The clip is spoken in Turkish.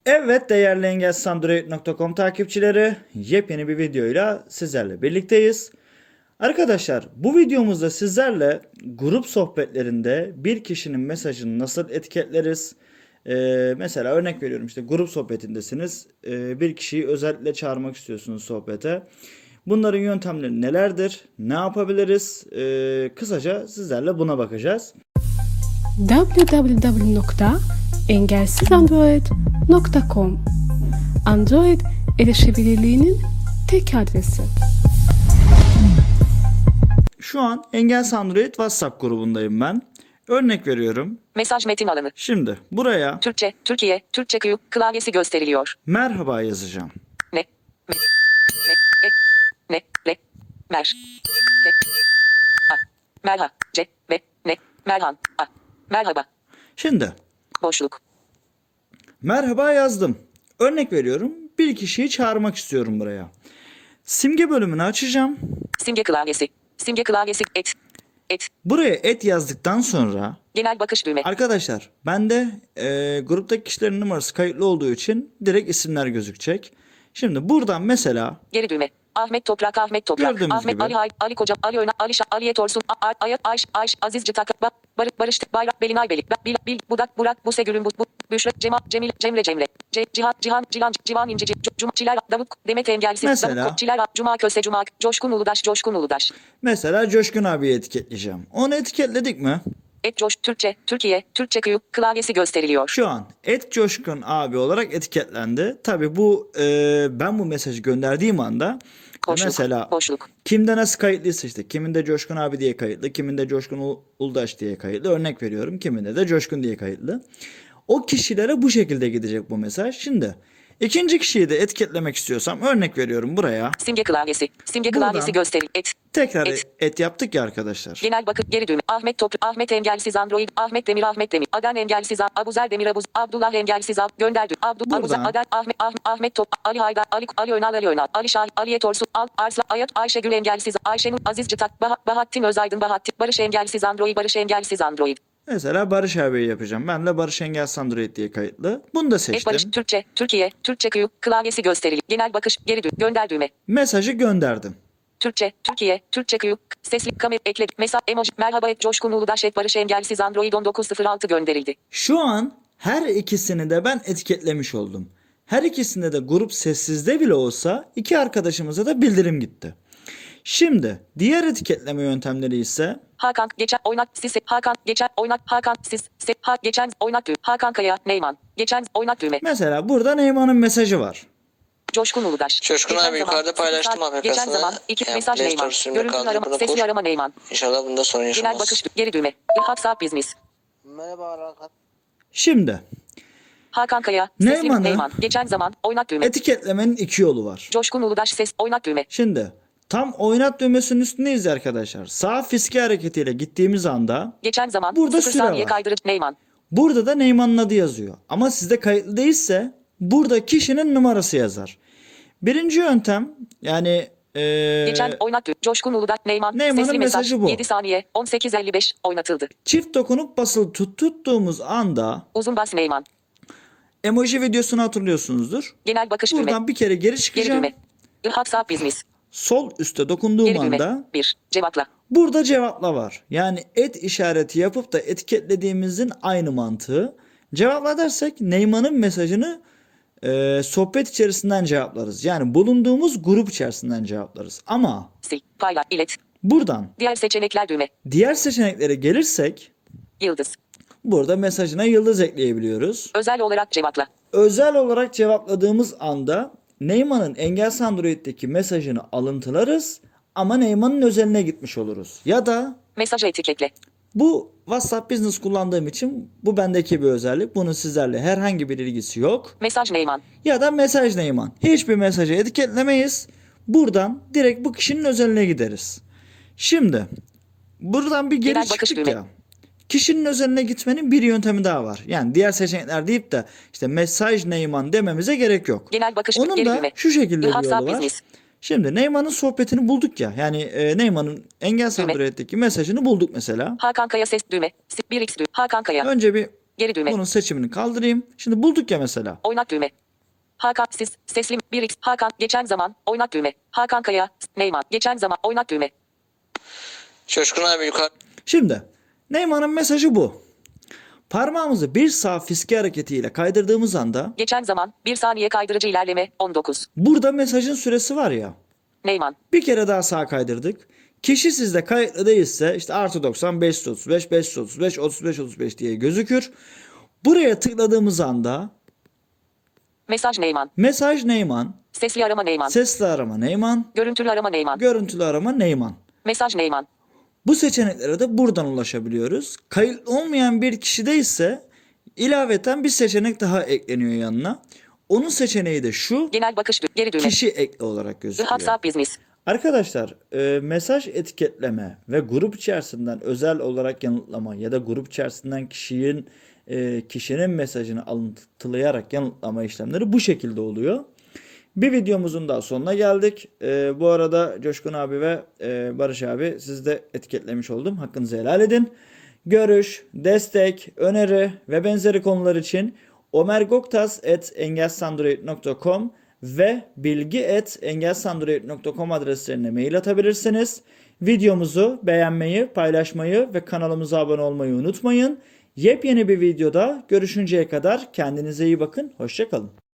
Evet değerli engelsandroid.com takipçileri, yepyeni bir videoyla sizlerle birlikteyiz. Arkadaşlar, bu videomuzda sizlerle grup sohbetlerinde bir kişinin mesajını nasıl etiketleriz? Mesela örnek veriyorum, işte grup sohbetindesiniz. Bir kişiyi özellikle çağırmak istiyorsunuz sohbete. Bunların yöntemleri nelerdir? Ne yapabiliriz? Kısaca sizlerle buna bakacağız. www.engelsizandroid.com Android erişebilirliğinin tek adresi. Şu an Engels Android WhatsApp grubundayım ben. Örnek veriyorum. Mesaj metin alanı. Şimdi buraya Türkçe, Türkiye, Türkçe Q klavyesi gösteriliyor. merhaba yazacağım. Ne, me, le, mer, le, a, merha, ce, ve, ne, merhan, a, merhaba, Şimdi boşluk, merhaba yazdım. Örnek veriyorum. Bir kişiyi çağırmak istiyorum buraya. Simge bölümünü açacağım. simge klavyesi, et, Buraya et yazdıktan sonra genel bakış düğme, arkadaşlar bende gruptaki kişilerin numarası kayıtlı olduğu için direkt isimler gözükecek. Şimdi buradan mesela geri düğme, Ahmet Toprak, Gördüğümüz Ahmet gibi. Ali Hay, Ali Koca, Ali Öna, Ali Şah, Ali Yetorsun, Ayet, Ayş, Aziz Cıtak, Barış, Bayrak, Belinay Belik, Bil, Budak, Burak, Buse Gülüm, Büşra, Cemal, Cemil, Cemre, Civan İnci, Cuma, Çiler, Davut, Demet Engelsiz, Mesela? Davut, Çiler, Cuma Köse, Cuma, Coşkun Uludaş. mesela Coşkun abiyi etiketleyeceğim. Onu etiketledik mi? Türkçe, Türkiye, Türkçe Q klavyesi gösteriliyor. Şu an Coşkun abi olarak etiketlendi. Tabi bu ben bu mesajı gönderdiğim anda mesela boşluk. kimde nasıl kayıtlıysa, işte kiminde Coşkun abi diye kayıtlı, kiminde Coşkun Uldaş diye kayıtlı, örnek veriyorum, kiminde de Coşkun diye kayıtlı. O kişilere bu şekilde gidecek bu mesaj. Şimdi ikinci kişiyi de etiketlemek istiyorsam, örnek veriyorum buraya. Simge klavyesi Buradan gösteril. Tekrar et yaptık ya arkadaşlar. Genel bakıp geri düğme. Ahmet Engelsiz Android. Ahmet Demir. Aden Engelsiz Abuzer Demir Abdullah Engelsiz gönderdi. Abuzer Aden Ahmet Top Ali Haydar Ali Önal Ali Şah Ali Yetorsun Arslan Ayşegül Engelsiz Ayşenur Aziz Cıtak Bahattin Özaydın Barış Engelsiz Android. Mesela Barış abiyi yapacağım. Ben de Barış Engels Android diye kayıtlı. Bunu da seçtim. Barış Türkçe, Türkiye, Türkçe Q klavyesi gösterili. Genel bakış geri düğme. Gönder düğme. Mesajı gönderdim. Türkçe, Türkiye, Türkçe Q, sesli kamera ekledik. Mesaj emoji, merhaba Coşkun Uludaş Barış Engelsiz Android 1906 gönderildi. Şu an her ikisini de ben etiketlemiş oldum. Her ikisinde de grup sessizde bile olsa iki arkadaşımıza da bildirim gitti. Şimdi diğer etiketleme yöntemleri ise Hakan geçen oynat siz Hakan geçen oynat Hakan siz geçen oynat düğme Hakan Kaya Neyman geçen oynat düğme. mesela burada Neyman'ın mesajı var. Coşkun Uludaş. Coşkun Geçen abi zaman, yukarıda paylaştım APK'sını. Geçen zaman mesaj Play Neyman. Store sürümünü Görüntü kaldır, arama bunu sesli kur. arama Neyman. İnşallah bunda sorun Genel yaşamaz. bakış geri düğme. WhatsApp Business. Merhaba Hakan. Şimdi Hakan Kaya sesli Neyman'ı Neyman. Geçen zaman oynat düğme. etiketlemenin iki yolu var. Coşkun Uludaş ses oynat düğme. Şimdi tam oynat düğmesinin üstündeyiz arkadaşlar. Sağ fiske hareketiyle gittiğimiz anda Geçen zaman burada 0 süre saniye var. kaydırıp Neyman. Burada da Neyman'ın adı yazıyor. Ama sizde kayıtlı değilse burada kişinin numarası yazar. Birinci yöntem, yani Geçen oynat düğme. Coşkun Uludaş Neyman. Neyman'ın Sesli mesaj mesajı bu. 7 saniye 18.55 oynatıldı. Çift dokunup basılı tuttuğumuz anda Uzun bas Neyman. emoji videosunu hatırlıyorsunuzdur. Genel bakış düğme. Buradan bir kere geri Geri çıkacağım. düğme. WhatsApp Business. Sol üstte dokunduğum Geri düğme. anda 1. Cevapla. burada cevapla var. Yani et işareti yapıp da etiketlediğimizin aynı mantığı. Cevapla dersek Neyman'ın mesajını sohbet içerisinden cevaplarız. Yani bulunduğumuz grup içerisinden cevaplarız. Ama Sil. Paylaş. İlet. buradan Diğer seçenekler düğme. diğer seçeneklere gelirsek Yıldız. burada mesajına yıldız ekleyebiliyoruz. Özel olarak cevapla. Özel olarak cevapladığımız anda Neyman'ın Engels Android'deki mesajını alıntılarız ama Neyman'ın özeline gitmiş oluruz. Ya da Mesajı etiketle. bu WhatsApp Business kullandığım için bu bendeki bir özellik. Bunun sizlerle herhangi bir ilgisi yok. Mesaj Neyman. Ya da mesaj Neyman. Hiçbir mesajı etiketlemeyiz. Buradan direkt bu kişinin özeline gideriz. Şimdi buradan bir geri Genel bakış çıktık düğme. ya. Kişinin özeline gitmenin bir yöntemi daha var. Yani diğer seçenekler deyip de işte mesaj Neyman dememize gerek yok. Genel bakış Onun geri da düğme. şu şekilde bir WhatsApp yolu var. Business. Şimdi Neyman'ın sohbetini bulduk ya. Yani Neyman'ın Engels Düğme. Android'deki mesajını bulduk mesela. Hakan Kaya ses düğme. 1x düğme. Hakan Kaya. Önce bir Geri düğme. Bunun seçimini kaldırayım. Şimdi bulduk ya mesela. Oynak düğme. Hakan siz seslim 1x Hakan geçen zaman oynak düğme. Hakan Kaya Neyman geçen zaman oynak düğme. Coşkun abi yukarı. Şimdi Neyman'ın mesajı bu. Parmağımızı bir sağ fiske hareketiyle kaydırdığımız anda Geçen zaman 1 saniye kaydırıcı ilerleme 19. burada mesajın süresi var ya. Neyman. Bir kere daha sağa kaydırdık. Kişi sizde kayıtlı değilse işte artı 90, 535, 535, 35, 35 diye gözükür. Buraya tıkladığımız anda Mesaj Neyman. mesaj Neyman, Sesli arama Neyman. sesli arama Neyman, Görüntülü arama Neyman. görüntülü arama Neyman. Mesaj Neyman. Bu seçeneklere de buradan ulaşabiliyoruz. Kayıtlı olmayan bir kişide ise ilaveten bir seçenek daha ekleniyor yanına. Onun seçeneği de şu. Genel bakış geri düğme. Kişi ekli olarak gözüküyor. WhatsApp Business. Arkadaşlar mesaj etiketleme ve grup içerisinden özel olarak yanıtlama ya da grup içerisinden kişinin mesajını alıntılayarak yanıtlama işlemleri bu şekilde oluyor. Bir videomuzun daha sonuna geldik. Bu arada Coşkun abi ve Barış abi sizi de etiketlemiş oldum. Hakkınızı helal edin. Görüş, destek, öneri ve benzeri konular için omergoktas@engelsandroid.com ve bilgi@engelsandroid.com adreslerine mail atabilirsiniz. Videomuzu beğenmeyi, paylaşmayı ve kanalımıza abone olmayı unutmayın. Yepyeni bir videoda görüşünceye kadar kendinize iyi bakın. Hoşça kalın.